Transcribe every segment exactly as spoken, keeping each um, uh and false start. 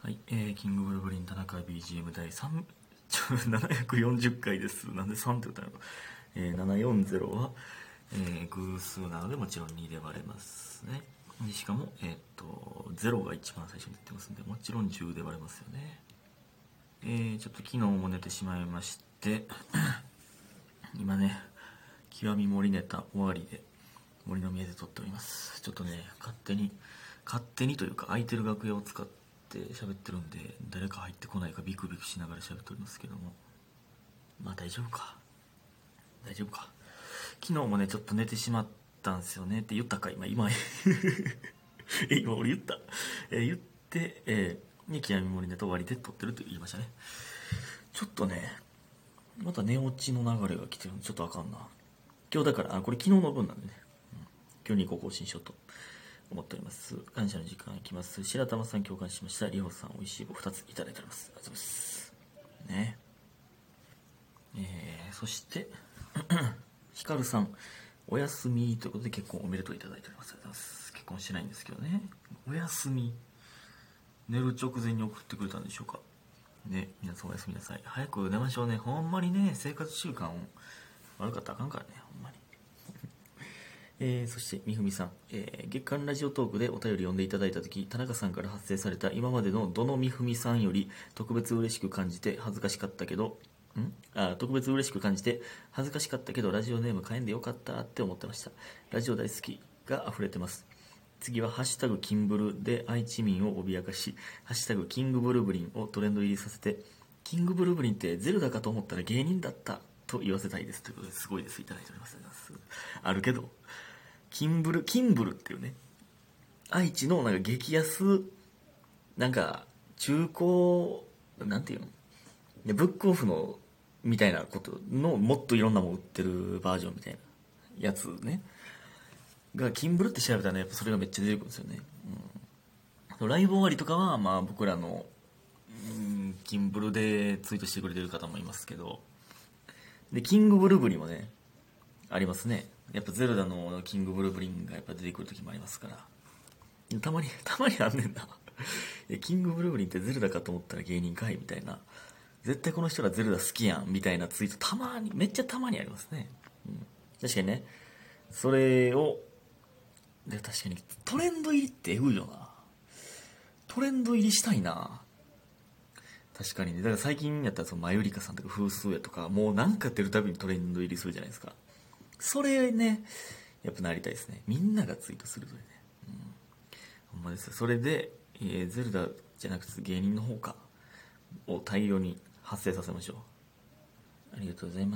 はい、えー、キングブルブリン田中 ビージーエム 第さんななひゃくよんじゅっかいです。なんでさんって言ったの、えー、ななひゃくよんじゅうは、えー、偶数なのでもちろんにで割れますね。しかも、えー、っとゼロが一番最初に出てますんで、もちろんじゅうで割れますよね。えー、ちょっと昨日も寝てしまいまして今ね、極み森ネタ終わりで森の宮で撮っております。ちょっとね、勝手に勝手にというか空いてる楽屋を使って喋ってるんで、誰か入ってこないかビクビクしながら喋っておりますけども、まあ大丈夫か大丈夫か昨日もね、ちょっと寝てしまったんですよねって言ったか今今え今俺言った、えー、言ってえー、極み森ネタ終わりで撮ってると言いましたね。ちょっとね、また寝落ちの流れが来てるのちょっとあかんな。今日だからあこれ昨日の分なんでね、うん、今日にご更新しようと思っております。感謝の時間いきます。白玉さん共感しました。りほさん美味しい棒ふたついただいております。ありがとうございますね。えー、そしてひかるさんお休みということで結婚おめでとういただいております。ありがとうございます。結婚してないんですけどね、お休み寝る直前に送ってくれたんでしょうかね。皆さんおやすみなさい。早く寝ましょうね。ほんまにね、生活習慣悪かったらあかんからね、ほんまにえー、そしてみふみさん、えー、月刊ラジオトークでお便り読んでいただいたとき、田中さんから発生された今までのどのみふみさんより特別嬉しく感じて恥ずかしかったけどんあ特別嬉しく感じて恥ずかしかったけどラジオネーム変えんでよかったって思ってました。ラジオ大好きが溢れてます。次はハッシュタグキンブルで愛知民を脅かし、ハッシュタグキングブルブリンをトレンド入りさせて、キングブルブリンってゼルダかと思ったら芸人だったと言わせたいですということで、すごいです、いただいております。あるけどキンブルキンブルっていうね、愛知のなんか激安なんか中古なんていうのでブックオフのみたいなことのもっといろんなもん売ってるバージョンみたいなやつねがキンブルって調べたらね、やっぱそれがめっちゃ出てくるんですよね。うん、ライブ終わりとかはまあ僕らの、うん、キンブルでツイートしてくれてる方もいますけど、でキングブルブリもねありますね。やっぱゼルダのキングブルブリンがやっぱ出てくる時もありますから、たまにたまにあんねんなキングブルブリンってゼルダかと思ったら芸人かいみたいな、絶対この人らゼルダ好きやんみたいなツイートたまにめっちゃたまにありますね。うん、確かにね、それをで確かにトレンド入りってエグいよな。トレンド入りしたいな。確かにね。だから最近やったらそのマユリカさんとか風数やとかもうなんか出るたびにトレンド入りするじゃないですか。それねやっぱなりたいですね。みんながツイートするというね、うん、ほんまですよ。それで、えー、ゼルダじゃなくて芸人の方かを大量に発生させましょう。ありがとうございます。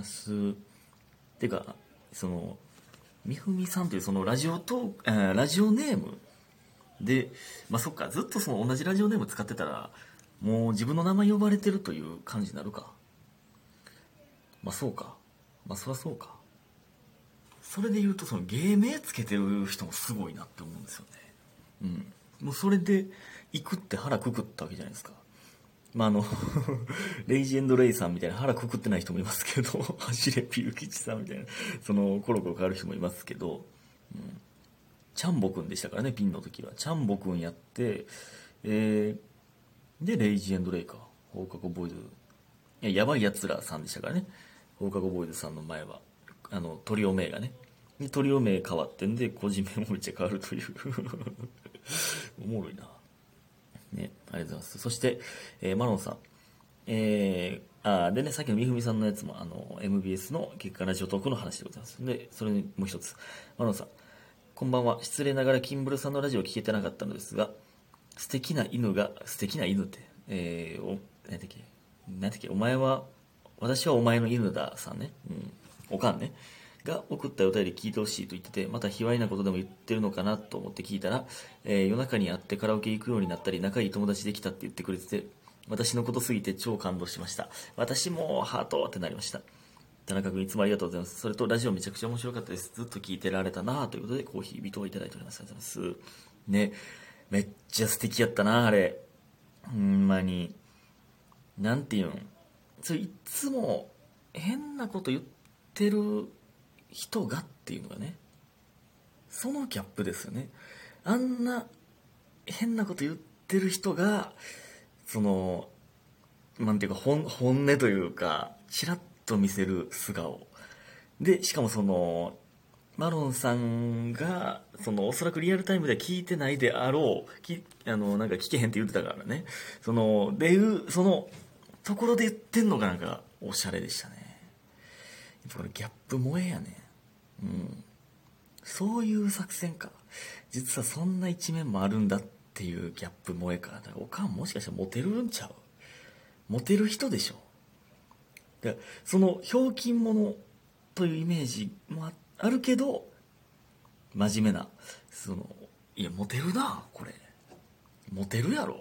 てかそのみふみさんというそのラジオトークラジオネームで、まあそっか、ずっとその同じラジオネーム使ってたらもう自分の名前呼ばれてるという感じになるか。まあそうか、まあそりゃそうか。それで言うとその芸名つけてる人もすごいなって思うんですよね。うん、もうそれで行くって腹くくったわけじゃないですか。まああのレイジエンドレイさんみたいな腹くくってない人もいますけど走れピュー吉さんみたいなそのコロコロ変わる人もいますけど、うん、チャンボくんでしたからね、ピンの時はチャンボくんやって、えー、でレイジエンドレイか放課後ボーイズ、いややばいやつらさんでしたからね。放課後ボーイズさんの前はあのトリオ名がね、でトリオ名変わってんで個人名もめっちゃ変わるというおもろいなね。ありがとうございます。そして、えー、マロンさん、えー、あでね、さっきのみふみさんのやつもあの エムビーエス の月間ラジオトークの話でございます。でそれにもう一つ、マロンさんこんばんは。失礼ながらキンブルさんのラジオを聞けてなかったのですが、素敵な犬が素敵な犬ってえー、お何だっけ何だっけお前は私はお前の犬ださんね、うん、おかんねが送ったお便り聞いてほしいと言ってて、また卑猥なことでも言ってるのかなと思って聞いたら、えー、夜中に会ってカラオケ行くようになったり仲いい友達できたって言ってくれてて、私のことすぎて超感動しました。私もハートってなりました。田中君いつもありがとうございます。それとラジオめちゃくちゃ面白かったです。ずっと聞いてられたなということでコーヒー人をいただいております。ありがとうございますね。めっちゃ素敵やったなあれ。ほんまになんていうんそれいつも変なこと言ってる人がっていうのがね、そのギャップですよね。あんな変なこと言ってる人がそのなんていうか本本音というかちらっと見せる素顔で、しかもそのマロンさんがそのおそらくリアルタイムでは聞いてないであろう、きあのなんか聞けへんって言ってたからね、そのでいうそのところで言ってんのがなんかおしゃれでしたね。やっぱこれギャップ萌えやね。うん、そういう作戦か。実はそんな一面もあるんだっていうギャップ萌えか。だからおかんもしかしたらモテるんちゃう。モテる人でしょ。だからそのひょうきん者というイメージもあるけど真面目な、そのいやモテるなこれ、モテるやろ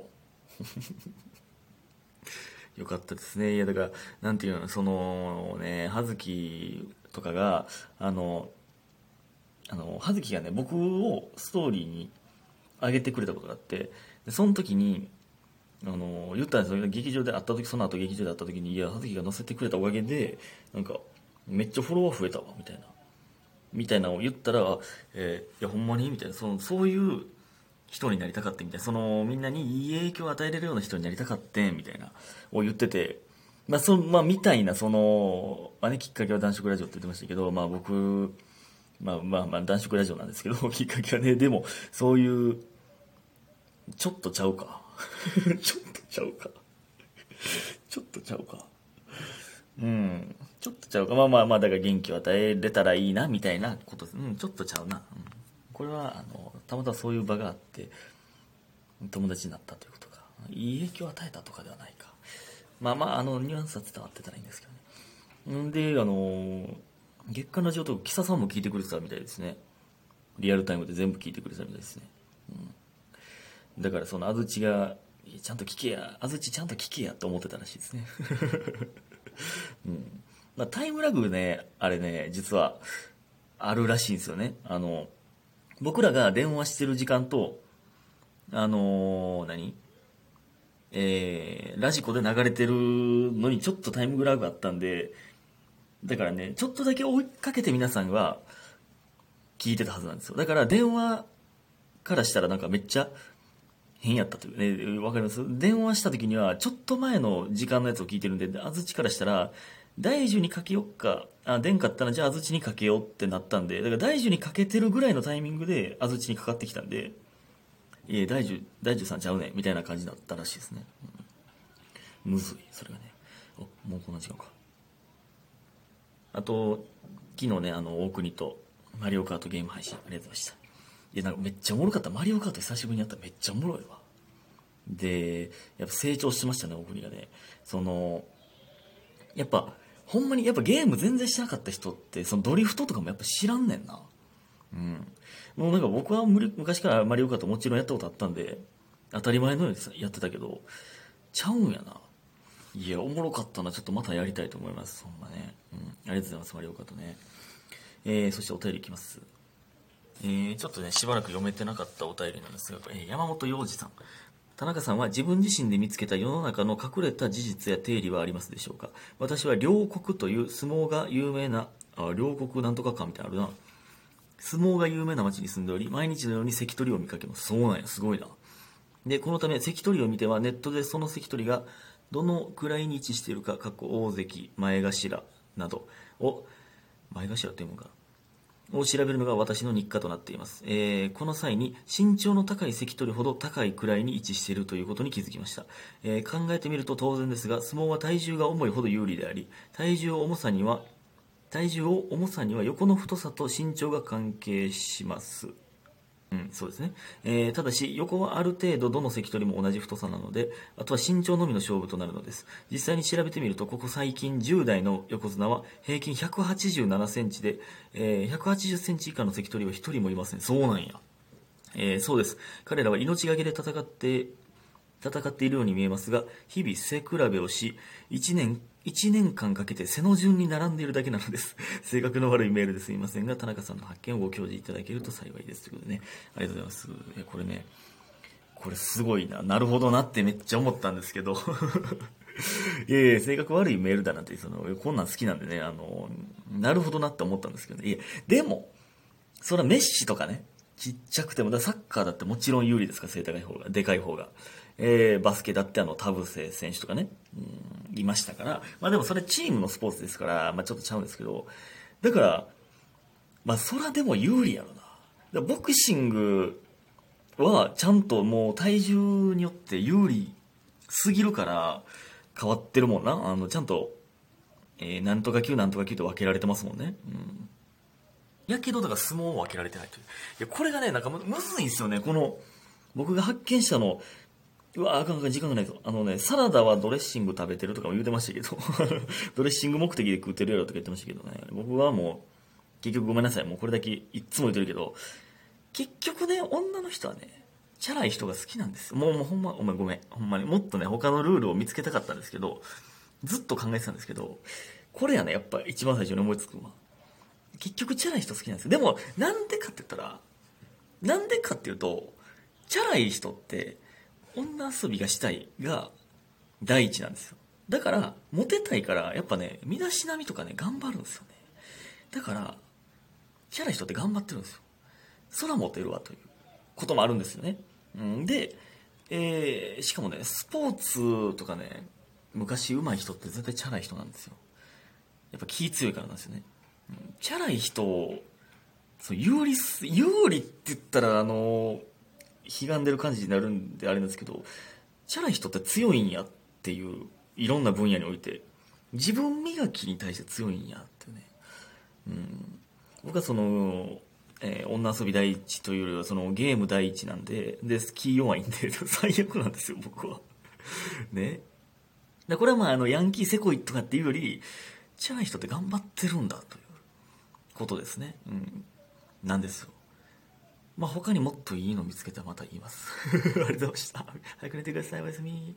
よかったですね。いやだからなんていうの、そのね、葉月とかがあのあの葉月がね僕をストーリーに上げてくれたことがあって、でその時にあの言ったんですよ。劇場で会った時、その後劇場で会った時に、いや葉月が載せてくれたおかげでなんかめっちゃフォロワー増えたわみたいなみたいなのを言ったら、えー、いやほんまにみたいな、そのそういう人になりたかったみたいな、そのみんなにいい影響を与えれるような人になりたかってみたいなを言ってて、まあそまあみたいな、その、まあね、きっかけは男色ラジオって言ってましたけど、まあ僕まあまあまあ男色ラジオなんですけどきっかけはね、でもそういうちょっとちゃうかちょっとちゃうかちょっとちゃうかうんちょっとちゃうか、まあまあまあ、だから元気を与えれたらいいなみたいなことです。うん、ちょっとちゃうな、うん、これはあのたまたまそういう場があって友達になったということか、いい影響を与えたとかではないか。まあまあ、あのニュアンスは伝わってたらいいんですけどね。んであの月刊ラジオトーク、キサさんも聞いてくれてたみたいですね。リアルタイムで全部聞いてくれてたみたいですね。うん、だからその安土がちゃんと聞けや、安土ちゃんと聞けやと思ってたらしいですね。うんまあ、タイムラグね、あれね、実はあるらしいんですよね。あの僕らが電話してる時間と、あのー何えー、ラジコで流れてるのにちょっとタイムラグがあったんで、だからね、ちょっとだけ追いかけて皆さんは聞いてたはずなんですよ。だから電話からしたらなんかめっちゃ変やったというね、わかります？電話した時にはちょっと前の時間のやつを聞いてるんで、安土からしたら大樹にかけよっか、あ出んかったらじゃあ安土にかけようってなったんで、だから大樹にかけてるぐらいのタイミングで安土にかかってきたんで、いや大樹大樹さんちゃうねみたいな感じになったらしいですね。うん、むずいそれがね。おもうこんな時間か。あと昨日ね、あの大国とマリオカートゲーム配信ありがとうございました。いやなんかめっちゃおもろかった。マリオカート久しぶりにやったらめっちゃおもろいわ。でやっぱ成長してましたね、大国がね。そのやっぱほんまにやっぱゲーム全然しなかった人ってそのドリフトとかもやっぱ知らんねんな。うんもうなんか僕は昔からマリオカートもちろんやったことあったんで当たり前のようにやってたけど、ちゃうんやな。いやおもろかったな。ちょっとまたやりたいと思います、ほんまね。うん、ありがとうございます、マリオカートね。えー、そしてお便りいきます。えー、ちょっとねしばらく読めてなかったお便りなんですが、えー、山本洋二さん。田中さんは自分自身で見つけた世の中の隠れた事実や定理はありますでしょうか？私は両国という相撲が有名な、あ、両国なんとかかみたいなのあるな。相撲が有名な町に住んでおり、毎日のように関取を見かけます。そうなんや、すごいな。で、このため関取を見てはネットでその関取がどのくらいに位置しているか、過去大関、前頭などを、前頭って読むか、を調べるのが私の日課となっています。えー、この際に身長の高い関取ほど高い位に位置しているということに気づきました。えー、考えてみると当然ですが、相撲は体重が重いほど有利であり、体重重さには体重を重さには横の太さと身長が関係します。うん、そうですね。えー、ただし横はある程度どの関取も同じ太さなので、あとは身長のみの勝負となるのです。実際に調べてみると、ここ最近じゅう代の横綱は平均ひゃくはちじゅうななセンチで、えー、ひゃくはちじゅっセンチ以下の関取は一人もいません。そうなんや。えー、そうです。彼らは命がけで戦って戦っているように見えますが、日々背比べをし、1年一年間かけて背の順に並んでいるだけなのです。性格の悪いメールですいませんが、田中さんの発見をご教示いただけると幸いです。ということでね、ありがとうございます。えこれね、これすごいな。なるほどなってめっちゃ思ったんですけど。いやいや、性格悪いメールだなんて、その、こんなん好きなんでね、あの、なるほどなって思ったんですけどね。いや、でも、それはメッシとかね、ちっちゃくても、だサッカーだってもちろん有利ですから、背高い方が、でかい方が。 えー、バスケだってあの、田臥選手とかね、うん、いましたから、まあでもそれチームのスポーツですから、まあちょっとちゃうんですけど、だから、まあそらでも有利やろな。だからボクシングはちゃんともう体重によって有利すぎるから変わってるもんな。あの、ちゃんと、えー、なんとか級なんとか級と分けられてますもんね。うん。やけどだから相撲を分けられてないという。いや、これがね、なんかむむずいんですよね。この、僕が発見したの、うわ、あかんあかん、時間がないぞ。あのね、サラダはドレッシング食べてるとかも言うてましたけど、ドレッシング目的で食ってるやろとか言ってましたけどね。僕はもう、結局ごめんなさい。もうこれだけいっつも言ってるけど、結局ね、女の人はね、チャラい人が好きなんです。もう、もうほんま、お前ごめん。ほんまに。もっとね、他のルールを見つけたかったんですけど、ずっと考えてたんですけど、これやね、やっぱ一番最初に思いつくのは。結局チャラい人好きなんですよ。でも、なんでかって言ったら、なんでかっていうと、チャラい人って、女遊びがしたいが第一なんですよ。だから、モテたいから、やっぱね、身だしなみとかね、頑張るんですよね。だから、チャラい人って頑張ってるんですよ。そらモテるわということもあるんですよね。うん、で、えー、しかもね、スポーツとかね、昔上手い人って絶対チャラい人なんですよ。やっぱ気強いからなんですよね。うん、チャラい人を、そう有利す、有利って言ったら、あの、ひがんでる感じになるんであれなんですけど、チャラい人って強いんやっていう、いろんな分野において、自分磨きに対して強いんやってね。うん、僕はその、えー女遊び第一というよりはそのゲーム第一なんで、で、スキー弱いんで、最悪なんですよ、僕は。ね。で、これはまあ、あの、ヤンキーせこいとかっていうより、チャラい人って頑張ってるんだということですね。うん。なんですよ。まあ、他にもっといいの見つけたらまた言います。ありがとうございました。早く寝てください。おやすみ。